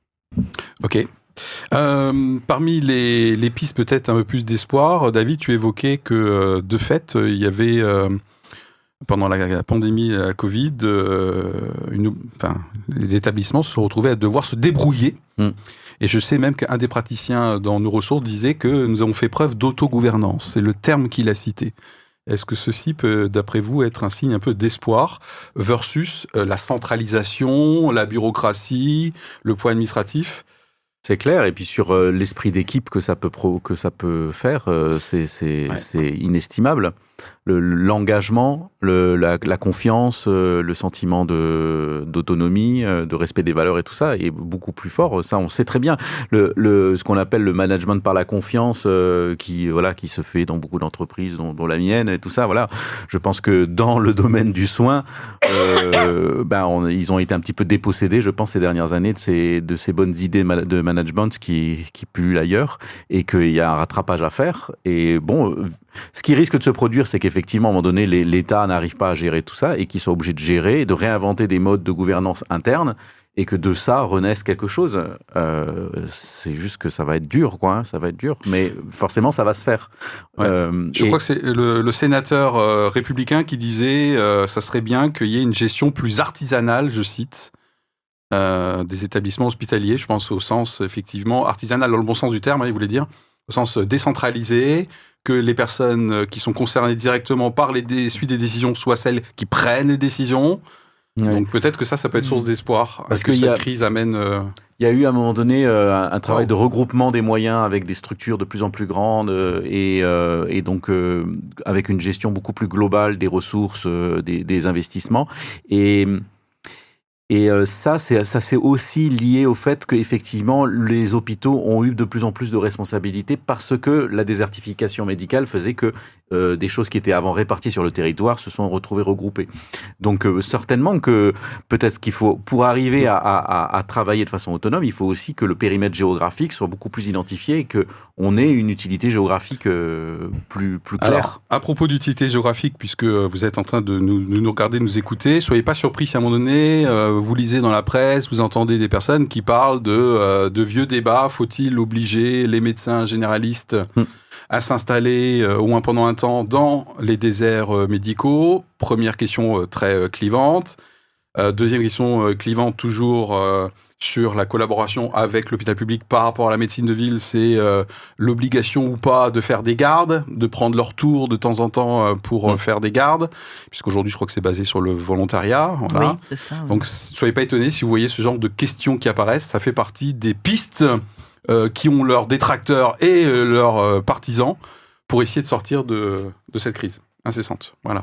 Ok. Euh, parmi les, les pistes peut-être un peu plus d'espoir, David, tu évoquais que de fait il y avait euh, pendant la, la pandémie de la Covid, euh, une, enfin, les établissements se sont retrouvés à devoir se débrouiller. Mmh. Et je sais même qu'un des praticiens dans nos ressources disait que nous avons fait preuve d'autogouvernance. C'est le terme qu'il a cité. Est-ce que ceci peut, d'après vous, être un signe un peu d'espoir versus euh, la centralisation, la bureaucratie, le poids administratif ? C'est clair, et puis sur euh, l'esprit d'équipe que ça peut, pro, que ça peut faire, euh, c'est, c'est, ouais. c'est inestimable. Le, l'engagement, le, la, la confiance, euh, le sentiment de, d'autonomie, euh, de respect des valeurs et tout ça est beaucoup plus fort. Ça, on sait très bien. Le, le, ce qu'on appelle le management par la confiance, euh, qui, voilà, qui se fait dans beaucoup d'entreprises, dont, dont la mienne et tout ça. Voilà. Je pense que dans le domaine du soin, euh, ben, on, ils ont été un petit peu dépossédés, je pense, ces dernières années de ces, de ces bonnes idées de management qui, qui pullulent ailleurs et qu'il y a un rattrapage à faire. Et bon, ce qui risque de se produire, c'est qu'effectivement, à un moment donné, les, l'État n'arrive pas à gérer tout ça et qu'il soit obligé de gérer, de réinventer des modes de gouvernance interne et que de ça renaisse quelque chose. Euh, c'est juste que ça va être dur, quoi. Hein, ça va être dur, mais forcément, ça va se faire. Ouais. Euh, Je et... crois que c'est le, le sénateur euh, républicain qui disait euh, ça serait bien qu'il y ait une gestion plus artisanale, je cite, euh, des établissements hospitaliers. Je pense au sens, effectivement, artisanal dans le bon sens du terme, hein, il voulait dire, au sens décentralisé, que les personnes qui sont concernées directement par les dé- suite des décisions soient celles qui prennent les décisions. Ouais. Donc peut-être que ça, ça peut être source d'espoir. Parce que, que cette a... crise amène... Euh... Il y a eu à un moment donné euh, un, un travail oh. de regroupement des moyens avec des structures de plus en plus grandes euh, et, euh, et donc euh, avec une gestion beaucoup plus globale des ressources, euh, des, des investissements. Et, et euh, ça, c'est, ça, c'est aussi lié au fait qu'effectivement, les hôpitaux ont eu de plus en plus de responsabilités parce que la désertification médicale faisait que euh, des choses qui étaient avant réparties sur le territoire se sont retrouvées regroupées. Donc euh, certainement que peut-être qu'il faut, pour arriver à, à, à travailler de façon autonome, il faut aussi que le périmètre géographique soit beaucoup plus identifié et qu'on ait une utilité géographique euh, plus, plus claire. Alors, à propos d'utilité géographique, puisque vous êtes en train de nous, de nous regarder, de nous écouter, soyez pas surpris si à un moment donné, euh, vous lisez dans la presse, vous entendez des personnes qui parlent de, euh, de vieux débats, faut-il obliger les médecins généralistes mmh. à s'installer euh, au moins pendant un temps dans les déserts euh, médicaux. Première question euh, très euh, clivante. Euh, deuxième question euh, clivante toujours euh, sur la collaboration avec l'hôpital public par rapport à la médecine de ville. C'est euh, l'obligation ou pas de faire des gardes, de prendre leur tour de temps en temps euh, pour euh, mmh. faire des gardes, puisqu'aujourd'hui je crois que c'est basé sur le volontariat. Voilà. Oui, c'est ça. Oui. Donc soyez pas étonnés si vous voyez ce genre de questions qui apparaissent. Ça fait partie des pistes Euh, qui ont leurs détracteurs et euh, leurs euh, partisans pour essayer de sortir de, de cette crise incessante. Voilà.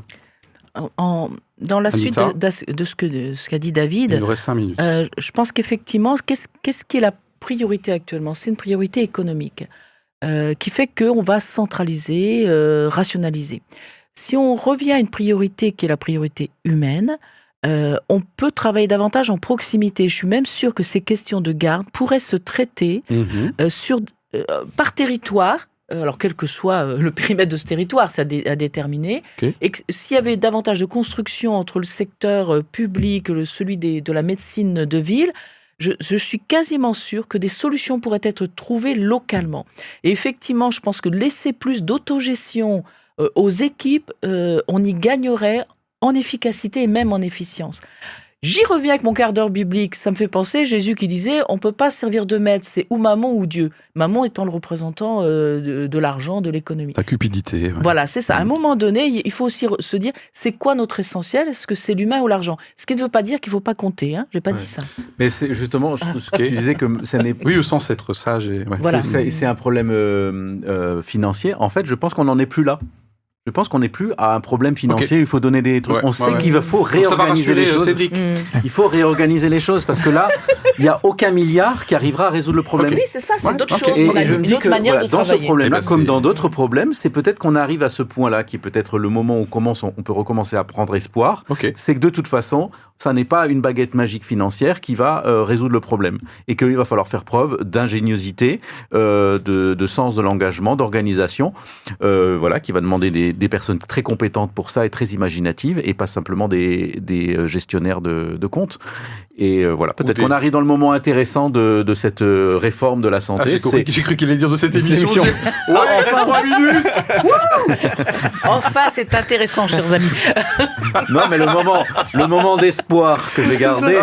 En, dans la Anita, suite de, de, de, ce que, de ce qu'a dit David, il nous reste cinq minutes. Euh, je pense qu'effectivement, qu'est-ce, qu'est-ce qui est la priorité actuellement ? C'est une priorité économique euh, qui fait qu'on va centraliser, euh, rationaliser. Si on revient à une priorité qui est la priorité humaine, Euh, on peut travailler davantage en proximité. Je suis même sûre que ces questions de garde pourraient se traiter mmh. euh, sur, euh, par territoire, euh, alors quel que soit euh, le périmètre de ce territoire, c'est à, dé- à déterminer, okay. et que, s'il y avait davantage de construction entre le secteur euh, public et celui des, de la médecine de ville, je, je suis quasiment sûre que des solutions pourraient être trouvées localement. Et effectivement, je pense que laisser plus d'autogestion euh, aux équipes, euh, on y gagnerait en efficacité et même en efficience. J'y reviens avec mon quart d'heure biblique. Ça me fait penser Jésus qui disait « On ne peut pas servir de maître, c'est ou mammon ou Dieu ». Mammon étant le représentant euh, de, de l'argent, de l'économie. La cupidité. Ouais. Voilà, c'est ça. À un moment donné, il faut aussi se dire « C'est quoi notre essentiel ? Est-ce que c'est l'humain ou l'argent ?» Ce qui ne veut pas dire qu'il ne faut pas compter. Hein. Je n'ai pas ouais. dit ça. Mais c'est justement ce que tu disais que ça n'est oui, au sens d'être sage. Et, ouais. Voilà. c'est, c'est un problème euh, euh, financier. En fait, je pense qu'on n'en est plus là. Je pense qu'on n'est plus à un problème financier, okay. il faut donner des trucs. Ouais, on sait ouais, qu'il ouais. faut réorganiser les choses. Cédric. Mmh. Il faut réorganiser les choses parce que là, il n'y a aucun milliard qui arrivera à résoudre le problème. Okay. Oui, c'est ça, c'est ouais. d'autres okay. choses. Et, on a et je une me dis autre que manière voilà, de dans travailler. ce problème-là, ben, comme c'est... dans d'autres problèmes, c'est peut-être qu'on arrive à ce point-là, qui est peut-être le moment où on, commence, on peut recommencer à prendre espoir. Okay. C'est que de toute façon, ça n'est pas une baguette magique financière qui va euh, résoudre le problème. Et qu'il va falloir faire preuve d'ingéniosité, euh, de, de sens de l'engagement, d'organisation, euh, voilà, qui va demander des, des personnes très compétentes pour ça et très imaginatives, et pas simplement des, des gestionnaires de, de comptes. Et euh, voilà, peut-être des... qu'on arrive dans le moment intéressant de, de cette euh, réforme de la santé. Ah, j'ai, compris, j'ai cru qu'il allait dire de cette émission. émission. J'ai... Ouais, il reste trois minutes. Enfin, c'est intéressant, chers amis. Non, mais le moment, le moment d'espoir que j'ai gardé,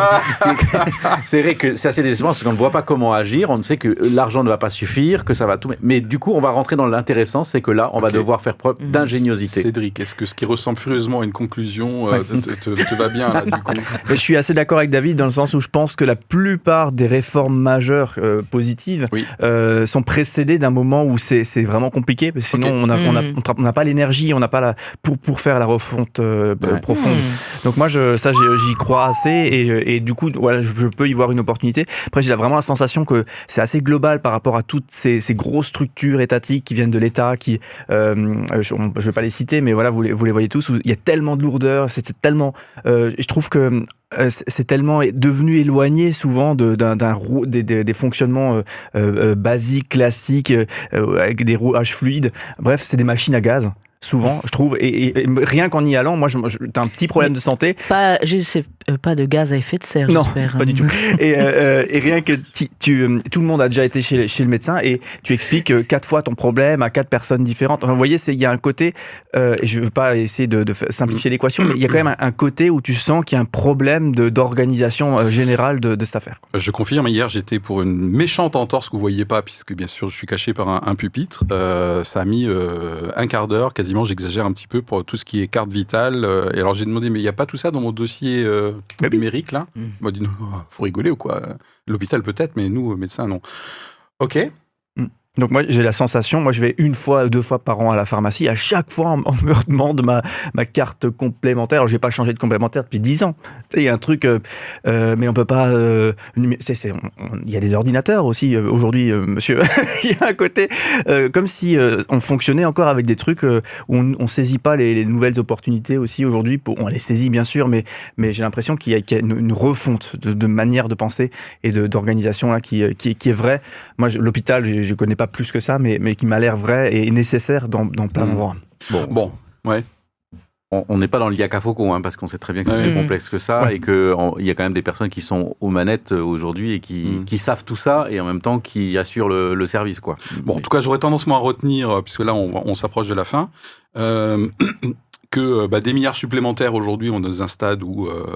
c'est vrai que c'est assez décevant parce qu'on ne voit pas comment agir. On sait que l'argent ne va pas suffire, que ça va tout. Mais du coup, on va rentrer dans l'intéressant, c'est que là, on okay. va devoir faire preuve mmh. d'ingéniosité. Cédric, est-ce que ce qui ressemble furieusement à une conclusion euh, te, te, te va bien là, du coup ? Je suis assez d'accord avec David dans le sens où je pense que la plupart des réformes majeures euh, positives oui. euh, sont précédées d'un moment où c'est, c'est vraiment compliqué, parce que sinon okay. on n'a mmh. on a, on a pas l'énergie, on n'a pas la pour pour faire la refonte euh, ouais. profonde. Mmh. Donc moi, je, ça, j'y crois assez et, et du coup, voilà, je, je peux y voir une opportunité. Après, j'ai vraiment la sensation que c'est assez global par rapport à toutes ces, ces grosses structures étatiques qui viennent de l'État, qui, euh, je ne vais pas les citer, mais voilà, vous les, vous les voyez tous, où il y a tellement de lourdeur, c'est tellement... Euh, je trouve que c'est tellement devenu éloigné souvent de, d'un, d'un, des, des, des fonctionnements euh, euh, basiques, classiques, euh, avec des rouages fluides. Bref, c'est des machines à gaz. Souvent, je trouve, et, et, et rien qu'en y allant, moi, je, je, t'as un petit problème de santé. Pas, je sais, euh, pas de gaz à effet de serre, non, j'espère. Pas du tout. Et, euh, et rien que tu, tu, tout le monde a déjà été chez, chez le médecin et tu expliques euh, quatre fois ton problème à quatre personnes différentes. Enfin, vous voyez, il y a un côté, euh, je veux pas essayer de, de simplifier l'équation, mais il y a quand même un, un côté où tu sens qu'il y a un problème de, d'organisation euh, générale de, de cette affaire. Je confirme, hier, j'étais pour une méchante entorse que vous voyez pas, puisque bien sûr, je suis caché par un, un pupitre. Euh, ça a mis euh, un quart d'heure, quasiment. J'exagère un petit peu pour tout ce qui est carte vitale. Et alors j'ai demandé, mais il n'y a pas tout ça dans mon dossier euh, oui. numérique, là. Mmh. On m'a dit, non, faut rigoler ou quoi. L'hôpital peut-être, mais nous, médecins, non. Ok. Mmh. Donc moi, j'ai la sensation, moi je vais une fois, deux fois par an à la pharmacie, à chaque fois on, on me demande ma, ma carte complémentaire. Je n'ai pas changé de complémentaire depuis dix ans. Il y a un truc, euh, euh, mais on peut pas... Euh, il y a des ordinateurs aussi, euh, aujourd'hui, euh, monsieur. Il y a un côté, euh, comme si euh, on fonctionnait encore avec des trucs euh, où on ne saisit pas les, les nouvelles opportunités aussi aujourd'hui. Pour, on les saisit bien sûr, mais, mais j'ai l'impression qu'il y a, qu'il y a une, une refonte de, de manière de penser et de, d'organisation là, qui, qui, qui est vraie. Moi, je, l'hôpital, je ne connais pas plus que ça, mais, mais qui m'a l'air vrai et nécessaire dans, dans plein d'endroits. Bon, bon, ouais. On n'est pas dans l'IACAFOCO, hein, parce qu'on sait très bien que c'est ouais. plus complexe que ça, ouais. et qu'il y a quand même des personnes qui sont aux manettes aujourd'hui et qui, mmh. qui savent tout ça, et en même temps qui assurent le, le service, quoi. Bon, en tout cas, j'aurais tendance moi à retenir, puisque là, on, on s'approche de la fin, euh, que bah, des milliards supplémentaires aujourd'hui, on est dans un stade où euh,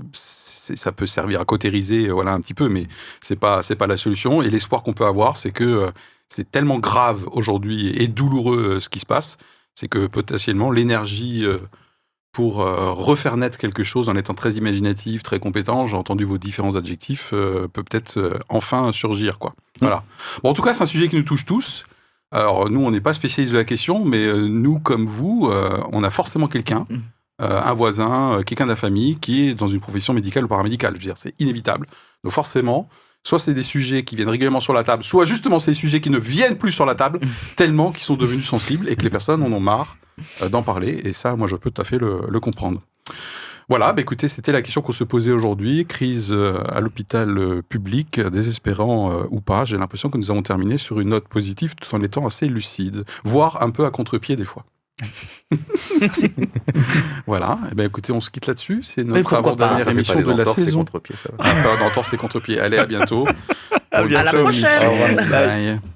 ça peut servir à cautériser, voilà, un petit peu, mais c'est pas, c'est pas la solution. Et l'espoir qu'on peut avoir, c'est que euh, c'est tellement grave aujourd'hui et douloureux euh, ce qui se passe, c'est que potentiellement l'énergie euh, pour euh, refaire naître quelque chose en étant très imaginatif, très compétent, j'ai entendu vos différents adjectifs, euh, peut peut-être euh, enfin surgir, quoi. Voilà. Bon, en tout cas, c'est un sujet qui nous touche tous. Alors, nous, on n'est pas spécialistes de la question, mais euh, nous, comme vous, euh, on a forcément quelqu'un, euh, un voisin, euh, quelqu'un de la famille, qui est dans une profession médicale ou paramédicale. Je veux dire, c'est inévitable. Donc, forcément, soit c'est des sujets qui viennent régulièrement sur la table, soit justement, c'est des sujets qui ne viennent plus sur la table, tellement qu'ils sont devenus sensibles et que les personnes en ont marre euh, d'en parler. Et ça, moi, je peux tout à fait le, le comprendre. Voilà, bah écoutez, c'était la question qu'on se posait aujourd'hui. Crise euh, à l'hôpital euh, public, désespérant euh, ou pas. J'ai l'impression que nous avons terminé sur une note positive tout en étant assez lucide, voire un peu à contre-pied des fois. Merci. Voilà, et ben écoutez, on se quitte là-dessus. C'est notre avant-dernière émission de la saison. Ça va. Ah, pas d'entorse et contre-pied. Allez, à bientôt. À bientôt. À la prochaine. Au revoir. Bye.